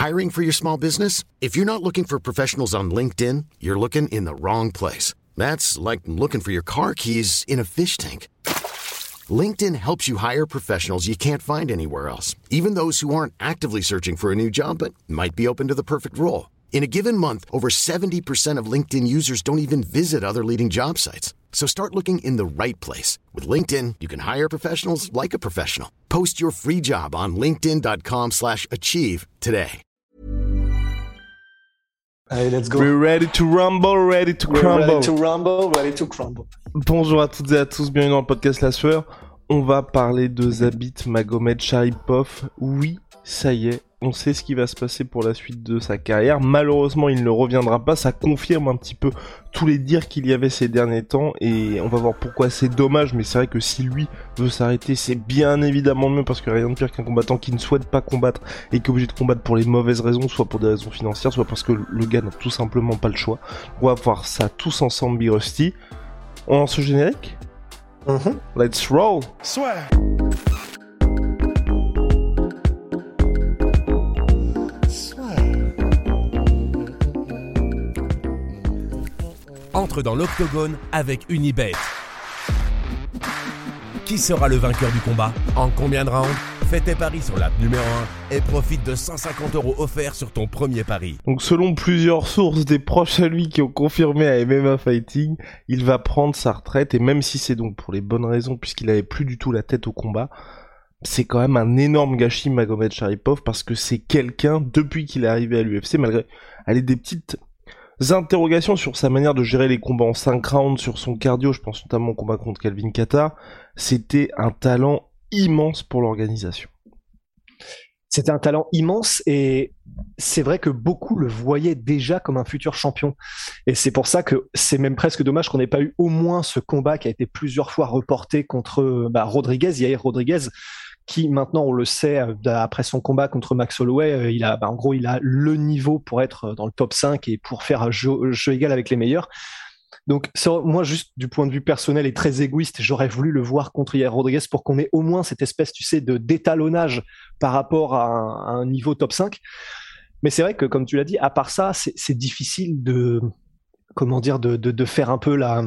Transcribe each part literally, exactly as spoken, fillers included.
Hiring for your small business? If you're not looking for professionals on LinkedIn, you're looking in the wrong place. That's like looking for your car keys in a fish tank. LinkedIn helps you hire professionals you can't find anywhere else, even those who aren't actively searching for a new job but might be open to the perfect role. In a given month, over seventy percent of LinkedIn users don't even visit other leading job sites. So start looking in the right place. With LinkedIn, you can hire professionals like a professional. Post your free job on linkedin.com slash achieve today. Allez, let's go. We're ready to rumble, ready to We're crumble. ready to rumble, ready to crumble. Bonjour à toutes et à tous, bienvenue dans le podcast La Sueur. On va parler de Zabit Magomed Sharipov. Oui, ça y est, on sait ce qui va se passer pour la suite de sa carrière. Malheureusement, il ne reviendra pas. Ça confirme un petit peu tous les dires qu'il y avait ces derniers temps. Et on va voir pourquoi c'est dommage. Mais c'est vrai que si lui veut s'arrêter, c'est bien évidemment mieux. Parce que rien de pire qu'un combattant qui ne souhaite pas combattre et qui est obligé de combattre pour les mauvaises raisons. Soit pour des raisons financières, soit parce que le gars n'a tout simplement pas le choix. On va voir ça tous ensemble, Big Rusty. On lance le générique ? Mm-hmm. Let's roll. Swear. Entre dans l'octogone avec Unibet. Qui sera le vainqueur du combat ? En combien de rounds ? Fais tes paris sur l'app numéro un et profite de cent cinquante euros offerts sur ton premier pari. Donc selon plusieurs sources, des proches à lui qui ont confirmé à M M A Fighting, il va prendre sa retraite, et même si c'est donc pour les bonnes raisons, puisqu'il avait plus du tout la tête au combat, c'est quand même un énorme gâchis Magomed Sharipov, parce que c'est quelqu'un, depuis qu'il est arrivé à l'U F C, malgré allez, des petites interrogations sur sa manière de gérer les combats en cinq rounds, sur son cardio, je pense notamment au combat contre Calvin Kattar, c'était un talent immense pour l'organisation. C'était un talent immense et c'est vrai que beaucoup le voyaient déjà comme un futur champion. Et c'est pour ça que c'est même presque dommage qu'on n'ait pas eu au moins ce combat qui a été plusieurs fois reporté contre bah, Rodriguez, Yair Rodriguez, qui maintenant, on le sait, après son combat contre Max Holloway, il a, bah, en gros, il a le niveau pour être dans le top cinq et pour faire un jeu, jeu égal avec les meilleurs. Donc, ça, moi, juste du point de vue personnel et très égoïste, j'aurais voulu le voir contre Yair Rodriguez pour qu'on ait au moins cette espèce, tu sais, de d'étalonnage par rapport à un, à un niveau top cinq. Mais c'est vrai que, comme tu l'as dit, à part ça, c'est, c'est difficile de, comment dire, de, de, de faire un peu la,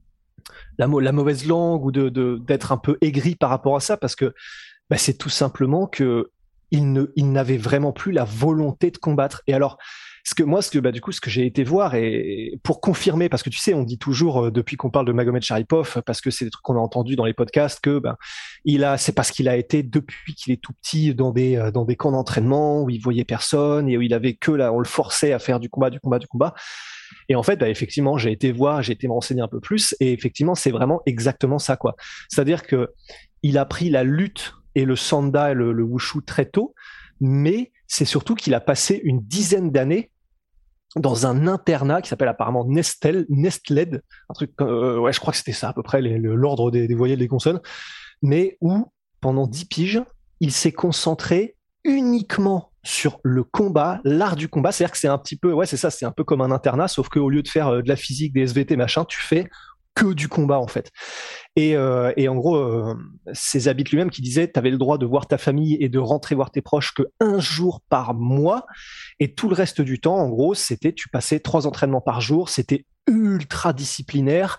la, la mauvaise langue ou de, de, d'être un peu aigri par rapport à ça, parce que bah, c'est tout simplement que il ne, il n'avait vraiment plus la volonté de combattre. Et alors, ce que moi, ce que bah du coup, ce que j'ai été voir et pour confirmer, parce que tu sais, on dit toujours euh, depuis qu'on parle de Magomed Sharipov, parce que c'est des trucs qu'on a entendus dans les podcasts, que ben il a, c'est parce qu'il a été depuis qu'il est tout petit dans des euh, dans des camps d'entraînement où il voyait personne et où il avait que là, on le forçait à faire du combat, du combat, du combat. Et en fait, bah, effectivement, j'ai été voir, j'ai été me renseigner un peu plus, et effectivement, c'est vraiment exactement ça, quoi. C'est-à-dire que il a pris la lutte et le sanda et le, le wushu très tôt, mais c'est surtout qu'il a passé une dizaine d'années dans un internat qui s'appelle apparemment Nestel, Nestled, un truc, euh, ouais, je crois que c'était ça à peu près, les, le, l'ordre des, des voyelles des consonnes, mais où pendant dix piges, il s'est concentré uniquement sur le combat, l'art du combat. C'est-à-dire que c'est un petit peu, ouais, c'est ça, c'est un peu comme un internat, sauf qu'au lieu de faire euh, de la physique, des S V T, machin, tu fais que du combat en fait. Et, euh, et en gros, euh, c'est Zabit lui-même qui disait, t'avais le droit de voir ta famille et de rentrer voir tes proches que un jour par mois, et tout le reste du temps, en gros, c'était, tu passais trois entraînements par jour, c'était ultra disciplinaire,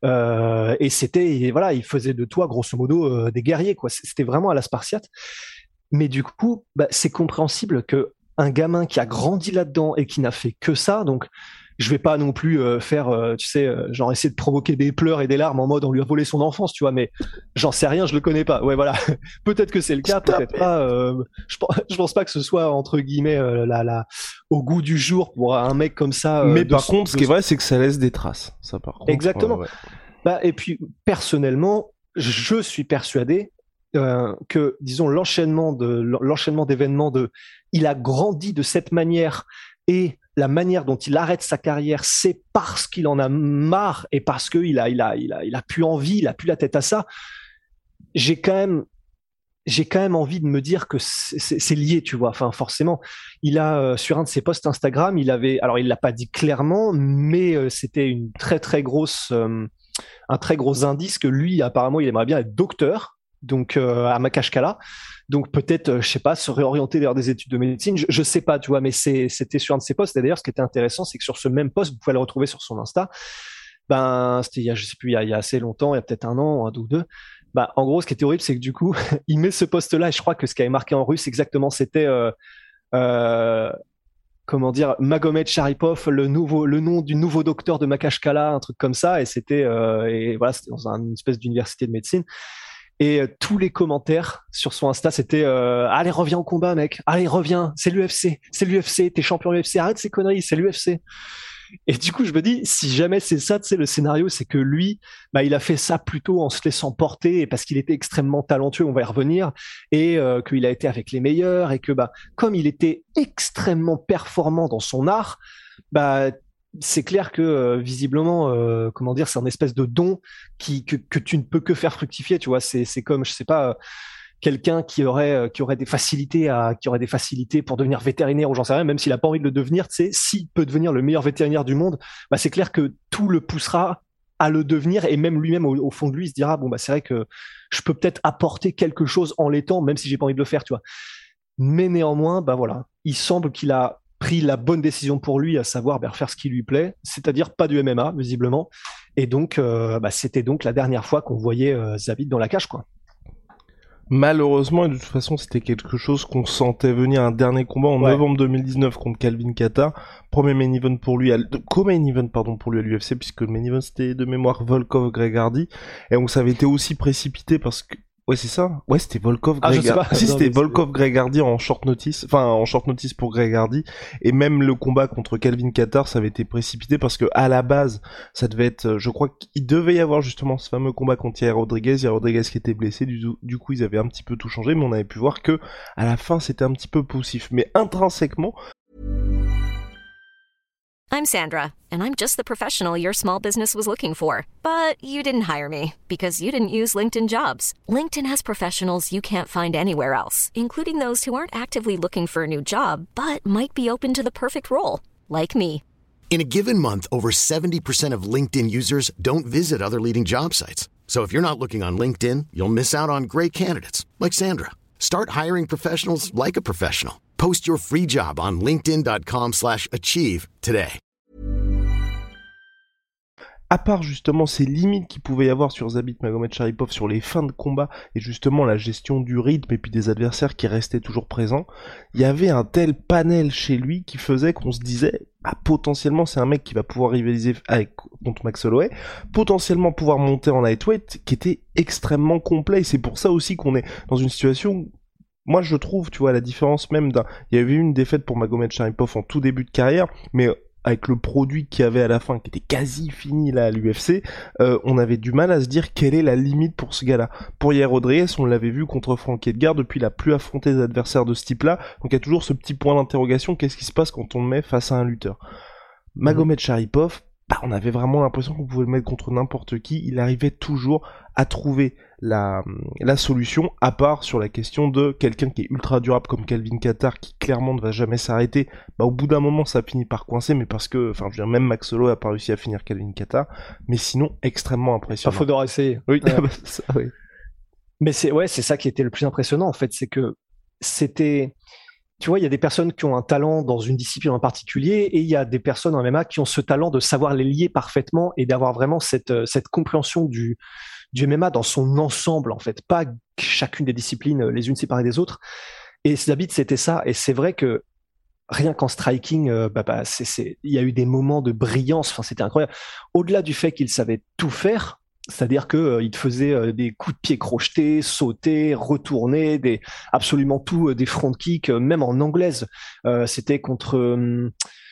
euh, et c'était, et voilà, il faisait de toi, grosso modo, euh, des guerriers, quoi. C'était vraiment à la Spartiate. Mais du coup, bah, c'est compréhensible que un gamin qui a grandi là-dedans et qui n'a fait que ça, donc je vais pas non plus euh, faire, euh, tu sais, euh, genre essayer de provoquer des pleurs et des larmes en mode on lui a volé son enfance, tu vois, mais j'en sais rien, je le connais pas. Ouais, voilà. Peut-être que c'est le cas, Stop peut-être it. pas. Euh, je, pense, je pense pas que ce soit entre guillemets euh, la, la, au goût du jour pour un mec comme ça. Euh, Mais de par son- contre, ce de qui est son- vrai, c'est que ça laisse des traces. Ça, par contre. Exactement. ouais, ouais. Bah, et puis personnellement, je suis persuadé euh, que, disons, l'enchaînement de l'enchaînement d'événements de, il a grandi de cette manière et la manière dont il arrête sa carrière, c'est parce qu'il en a marre et parce qu'il a, il a, il a, il a plus envie, il a plus la tête à ça. J'ai quand même, j'ai quand même envie de me dire que c'est, c'est, c'est lié, tu vois. Enfin, forcément, il a euh, sur un de ses posts Instagram, il avait, alors il l'a pas dit clairement, mais euh, c'était une très très grosse, euh, un très gros indice que lui, apparemment, il aimerait bien être docteur. donc euh, à Makashkala. Donc peut-être, euh, je sais pas, se réorienter vers des études de médecine. Je, je sais pas, tu vois, mais c'est, c'était sur un de ses posts. Et d'ailleurs, ce qui était intéressant, c'est que sur ce même post, vous pouvez le retrouver sur son Insta. Ben, c'était il y a, je sais plus, il y a, il y a assez longtemps, il y a peut-être un an, un ou deux. Bah, en gros, ce qui était horrible, c'est que du coup, il met ce post-là. Et je crois que ce qui avait marqué en russe exactement, c'était euh, euh, comment dire, Magomed Sharipov, le nouveau, le nom du nouveau docteur de Makashkala, un truc comme ça. Et c'était, euh, et voilà, c'était dans une espèce d'université de médecine. Et euh, tous les commentaires sur son Insta, c'était euh, allez, reviens au combat, mec. Allez, reviens. C'est l'U F C. C'est l'U F C. T'es champion U F C. Arrête ces conneries. C'est l'U F C. Et du coup, je me dis, si jamais c'est ça, tu sais, le scénario, c'est que lui, bah, il a fait ça plutôt en se laissant porter, parce qu'il était extrêmement talentueux, on va y revenir, et euh, qu'il a été avec les meilleurs, et que bah, comme il était extrêmement performant dans son art, bah, c'est clair que euh, visiblement, euh, comment dire, c'est un espèce de don qui que, que tu ne peux que faire fructifier, tu vois. C'est c'est comme, je sais pas. Euh, quelqu'un qui aurait qui aurait des facilités à qui aurait des facilités pour devenir vétérinaire ou j'en sais rien, même s'il a pas envie de le devenir, tu sais, s'il peut devenir le meilleur vétérinaire du monde, bah c'est clair que tout le poussera à le devenir, et même lui-même au, au fond de lui il se dira bon bah c'est vrai que je peux peut-être apporter quelque chose en l'étant, même si j'ai pas envie de le faire, tu vois. Mais néanmoins, bah voilà, il semble qu'il a pris la bonne décision pour lui, à savoir bah, faire ce qui lui plaît, c'est-à-dire pas du M M A visiblement, et donc euh, bah, c'était donc la dernière fois qu'on voyait euh, Zabit dans la cage, quoi. Malheureusement, et de toute façon, c'était quelque chose qu'on sentait venir. Un dernier combat en ouais. novembre deux mille dix-neuf contre Calvin Kattar. Premier main event pour lui, à, co-main event, pardon, pour lui à l'U F C, puisque le main event c'était de mémoire Volkov Greg Hardy. Et donc ça avait été aussi précipité parce que, ouais, c'est ça. Ouais, c'était Volkov Greg Hardy. Ah, si, c'était Volkov Greg Hardy en short notice. Enfin, en short notice pour Greg Hardy. Et même le combat contre Calvin Kattar, ça avait été précipité parce que, à la base, ça devait être, je crois qu'il devait y avoir justement ce fameux combat contre Yair Rodriguez. Yair Rodriguez qui était blessé. Du, du coup, ils avaient un petit peu tout changé, mais on avait pu voir que, à la fin, c'était un petit peu poussif. Mais intrinsèquement, I'm Sandra, and I'm just the professional your small business was looking for. But you didn't hire me, because you didn't use LinkedIn Jobs. LinkedIn has professionals you can't find anywhere else, including those who aren't actively looking for a new job, but might be open to the perfect role, like me. In a given month, over seventy percent of LinkedIn users don't visit other leading job sites. So if you're not looking on LinkedIn, you'll miss out on great candidates, like Sandra. Start hiring professionals like a professional. Post your free job on linkedin.com slash achieve today. À part justement ces limites qu'il pouvait y avoir sur Zabit Magomedsharipov sur les fins de combat et justement la gestion du rythme et puis des adversaires qui restaient toujours présents, il y avait un tel panel chez lui qui faisait qu'on se disait ah, potentiellement c'est un mec qui va pouvoir rivaliser avec, contre Max Holloway, potentiellement pouvoir monter en lightweight, qui était extrêmement complet, et c'est pour ça aussi qu'on est dans une situation où, moi je trouve, tu vois, la différence même d'un... Il y avait eu une défaite pour Magomedsharipov en tout début de carrière, mais avec le produit qu'il y avait à la fin, qui était quasi fini là à l'U F C, euh, on avait du mal à se dire quelle est la limite pour ce gars-là. Pour Yair Rodriguez, on l'avait vu contre Frankie Edgar, depuis il a plus affronté des adversaires de ce type-là, donc il y a toujours ce petit point d'interrogation, qu'est-ce qui se passe quand on le met face à un lutteur. Magomedsharipov, bah, on avait vraiment l'impression qu'on pouvait le mettre contre n'importe qui, il arrivait toujours à trouver la, la solution, à part sur la question de quelqu'un qui est ultra durable comme Calvin Kattar, qui clairement ne va jamais s'arrêter. Bah, au bout d'un moment, ça finit par coincer, mais parce que, enfin, je veux dire, même Max Holloway a pas réussi à finir Calvin Kattar, mais sinon, extrêmement impressionnant. Pas faute d'avoir essayé. Oui, ouais. ça, oui. Mais c'est, ouais, c'est ça qui était le plus impressionnant, en fait, c'est que c'était, tu vois, il y a des personnes qui ont un talent dans une discipline en particulier, et il y a des personnes en M M A qui ont ce talent de savoir les lier parfaitement et d'avoir vraiment cette, cette compréhension du, du M M A dans son ensemble, en fait, pas chacune des disciplines les unes séparées des autres. Et Zabit, c'était ça. Et c'est vrai que rien qu'en striking, euh, bah, bah, c'est, c'est, il y a eu des moments de brillance. Enfin, c'était incroyable. Au-delà du fait qu'il savait tout faire, c'est-à-dire que euh, il faisait euh, des coups de pied crochetés, sauter, retourner, des absolument tout, euh, des front kicks, euh, même en anglaise. Euh, c'était contre euh,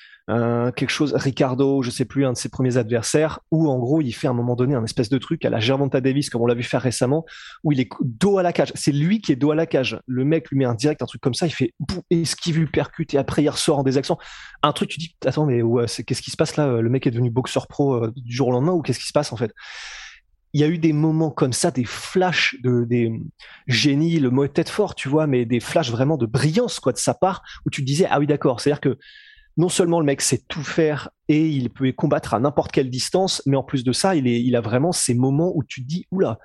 euh, quelque chose, Ricardo, je sais plus, un de ses premiers adversaires, où en gros il fait à un moment donné un espèce de truc à la Gervonta Davis, comme on l'a vu faire récemment, où il est dos à la cage. C'est lui qui est dos à la cage. Le mec lui met un direct, un truc comme ça, il fait boum, esquive, lui percute, et après il ressort en désaction. Un truc, tu dis, attends, mais ouais, c'est, qu'est-ce qui se passe là? Le mec est devenu boxeur pro euh, du jour au lendemain, ou qu'est-ce qui se passe en fait? Il y a eu des moments comme ça, des flashs de des génies, le mot est peut-être fort, tu vois, mais des flashs vraiment de brillance, quoi, de sa part, où tu te disais, ah oui, d'accord, c'est-à-dire que non seulement le mec sait tout faire et il peut combattre à n'importe quelle distance, mais en plus de ça, il est, il a vraiment ces moments où tu te dis, oula,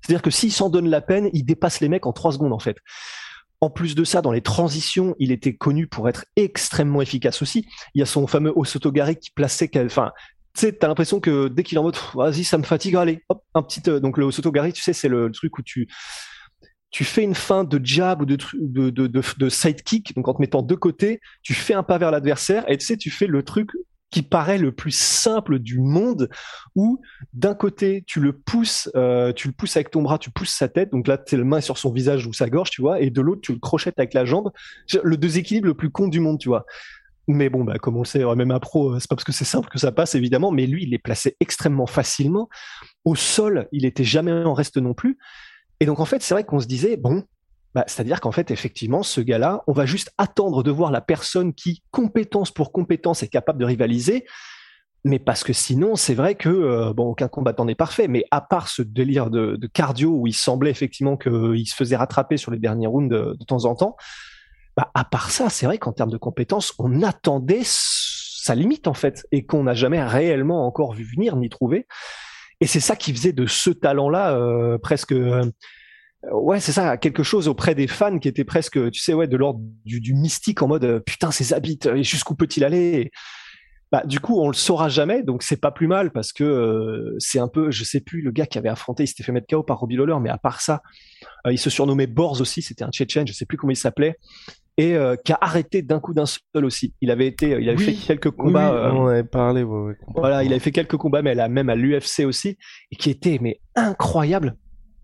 C'est-à-dire que s'il s'en donne la peine, il dépasse les mecs en trois secondes en fait. En plus de ça, dans les transitions, il était connu pour être extrêmement efficace aussi. Il y a son fameux Osotogari qui plaçait, enfin, tu sais, t'as l'impression que dès qu'il est en mode, vas-y, ça me fatigue, allez, hop, un petit, euh, donc le Osotogari, tu sais, c'est le, le truc où tu, tu fais une feinte de jab ou de, de, de, de, de sidekick, donc en te mettant de côté, tu fais un pas vers l'adversaire et tu sais, tu fais le truc qui paraît le plus simple du monde, où d'un côté tu le pousses, euh, tu le pousses avec ton bras, tu pousses sa tête, donc là tes mains sur son visage ou sa gorge, tu vois, et de l'autre tu le crochettes avec la jambe, le déséquilibre le plus con du monde, tu vois. Mais bon, bah comme on le sait, même un pro, c'est pas parce que c'est simple que ça passe évidemment, mais lui il les plaçait extrêmement facilement. Au sol, il était jamais en reste non plus, et donc en fait c'est vrai qu'on se disait bon. Bah, c'est-à-dire qu'en fait, effectivement, ce gars-là, on va juste attendre de voir la personne qui, compétence pour compétence, est capable de rivaliser. Mais parce que sinon, c'est vrai que, euh, bon, aucun combattant n'est parfait, mais à part ce délire de, de cardio où il semblait effectivement qu'il se faisait rattraper sur les derniers rounds de, de temps en temps, bah, à part ça, c'est vrai qu'en termes de compétences, on attendait sa limite, en fait, et qu'on n'a jamais réellement encore vu venir ni trouvé. Et c'est ça qui faisait de ce talent-là euh, presque... Euh, Ouais, c'est ça, quelque chose auprès des fans qui était presque, tu sais, ouais, de l'ordre du, du mystique en mode euh, putain, ces habits, jusqu'où peut-il aller? Et, bah, du coup, on le saura jamais, donc c'est pas plus mal parce que euh, c'est un peu, je sais plus, le gars qui avait affronté, il s'était fait mettre K O par Robbie Lawler, mais à part ça, euh, il se surnommait Borz aussi, c'était un Tchétchène, je sais plus comment il s'appelait, et euh, qui a arrêté d'un coup d'un seul aussi. Il avait été, il avait oui, fait quelques combats. Oui, euh, on avait parlé, ouais, ouais, voilà, il avait fait quelques combats, mais là, même à l'U F C aussi, et qui était mais incroyable.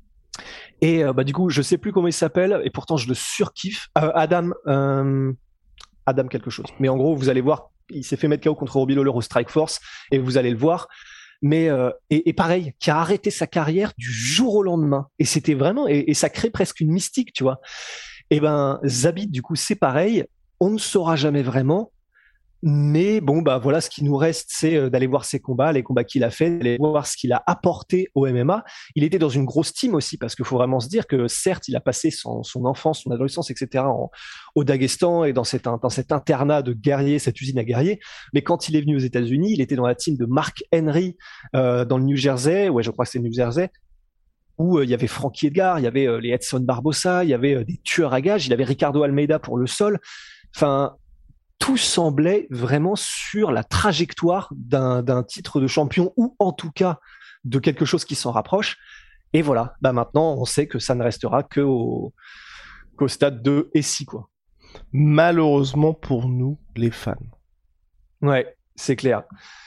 Et euh, bah du coup, je sais plus comment il s'appelle, et pourtant je le surkiffe. Euh, Adam, euh, Adam quelque chose. Mais en gros, vous allez voir, il s'est fait mettre K O contre Robbie Lawler au Strikeforce, et vous allez le voir. Mais euh, et, et pareil, qui a arrêté sa carrière du jour au lendemain. Et c'était vraiment, et, et ça crée presque une mystique, tu vois. Et ben Zabit, du coup, c'est pareil. On ne saura jamais vraiment. Mais bon, bah voilà, ce qui nous reste, c'est d'aller voir ses combats, les combats qu'il a fait, d'aller voir ce qu'il a apporté au M M A. Il était dans une grosse team aussi, parce qu'il faut vraiment se dire que certes, il a passé son, son enfance, son adolescence, et cetera, en, au Daghestan et dans, cette, dans cet internat de guerriers, cette usine à guerriers. Mais quand il est venu aux États-Unis, il était dans la team de Mark Henry euh, dans le New Jersey, ouais, je crois que c'est le New Jersey, où euh, il y avait Frankie Edgar, il y avait euh, les Edson Barbosa, il y avait euh, des tueurs à gages, il avait Ricardo Almeida pour le sol. Enfin. Tout semblait vraiment sur la trajectoire d'un, d'un titre de champion ou en tout cas de quelque chose qui s'en rapproche. Et voilà, bah maintenant on sait que ça ne restera que au, qu'au stade deux et six, quoi. Malheureusement pour nous, les fans. Ouais, c'est clair.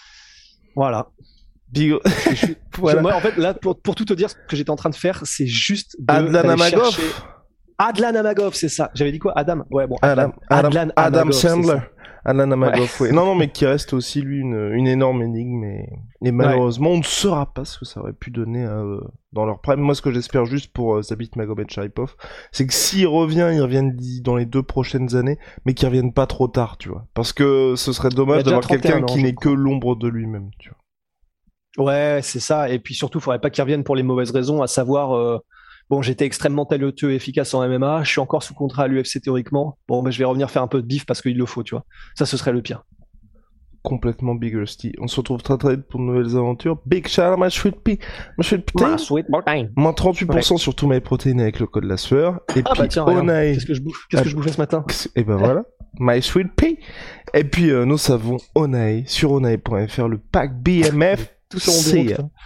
Voilà. Big... voilà. Moi, en fait, là, pour, pour tout te dire, ce que j'étais en train de faire, c'est juste de Adlan Amagov. chercher... Adlan Amagov, c'est ça. J'avais dit quoi? Adam? Ouais, bon. Adam, Adam, Adlan Adam Amagov, Sandler. Adlan Amagov, ouais. oui. Non, non, mais qui reste aussi, lui, une, une énorme énigme. Et, et malheureusement, ouais. on ne saura pas ce que ça aurait pu donner euh, dans leur prime. Moi, ce que j'espère juste pour euh, Zabit Magomedsharipov, c'est que s'il revient, il revienne dans les deux prochaines années, mais qu'il revienne pas trop tard, tu vois. Parce que ce serait dommage d'avoir quelqu'un qui n'est que l'ombre de lui-même, tu vois. Ouais, c'est ça. Et puis surtout, il faudrait pas qu'il revienne pour les mauvaises raisons, à savoir... Euh... Bon, j'étais extrêmement talentueux et efficace en M M A. Je suis encore sous contrat à l'U F C théoriquement. Bon, ben, je vais revenir faire un peu de bif parce qu'il le faut, tu vois. Ça, ce serait le pire. Complètement Big Rusty. On se retrouve très très vite pour de nouvelles aventures. Big shout out my sweet pea. My sweet protein. Sweet protein. Moins trente-huit pour cent ouais. sur tous mes protéines avec le code la sueur. Et ah puis, bah tiens, Onae. Qu'est-ce que je bouffe Qu'est-ce ah, que je bouffais ce matin? Et ben voilà. My sweet pea. Et puis, euh, nous savons Onae sur onae point f r, le pack B M F. Tout ça en déroute, hein.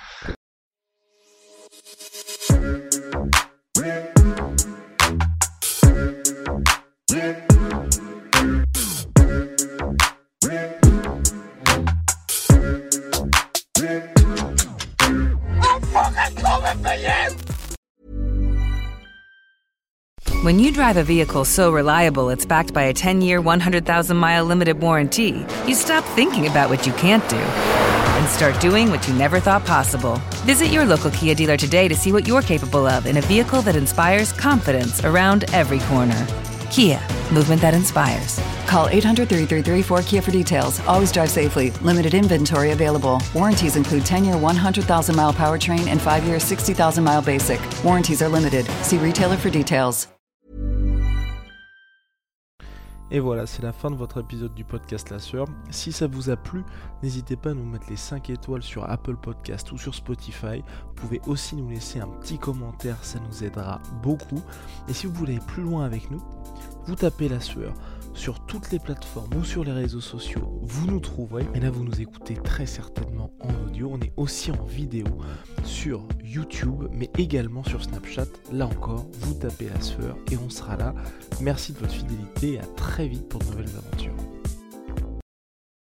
When you drive a vehicle so reliable it's backed by a ten-year, one hundred thousand mile limited warranty, you stop thinking about what you can't do and start doing what you never thought possible. Visit your local Kia dealer today to see what you're capable of in a vehicle that inspires confidence around every corner. Kia, movement that inspires. Call eight hundred, three three three, four K I A for details. Always drive safely. Limited inventory available. Warranties include ten-year, one hundred thousand mile powertrain and five-year, sixty thousand mile basic. Warranties are limited. See retailer for details. Et voilà, c'est la fin de votre épisode du podcast La Sueur. Si ça vous a plu, n'hésitez pas à nous mettre les cinq étoiles sur Apple Podcast ou sur Spotify. Vous pouvez aussi nous laisser un petit commentaire, ça nous aidera beaucoup. Et si vous voulez aller plus loin avec nous, vous tapez La Sueur sur toutes les plateformes ou sur les réseaux sociaux, vous nous trouverez. Et là, vous nous écoutez très certainement en audio. On est aussi en vidéo sur YouTube, mais également sur Snapchat. Là encore, vous tapez La Sueur et on sera là. Merci de votre fidélité et à très vite pour de nouvelles aventures.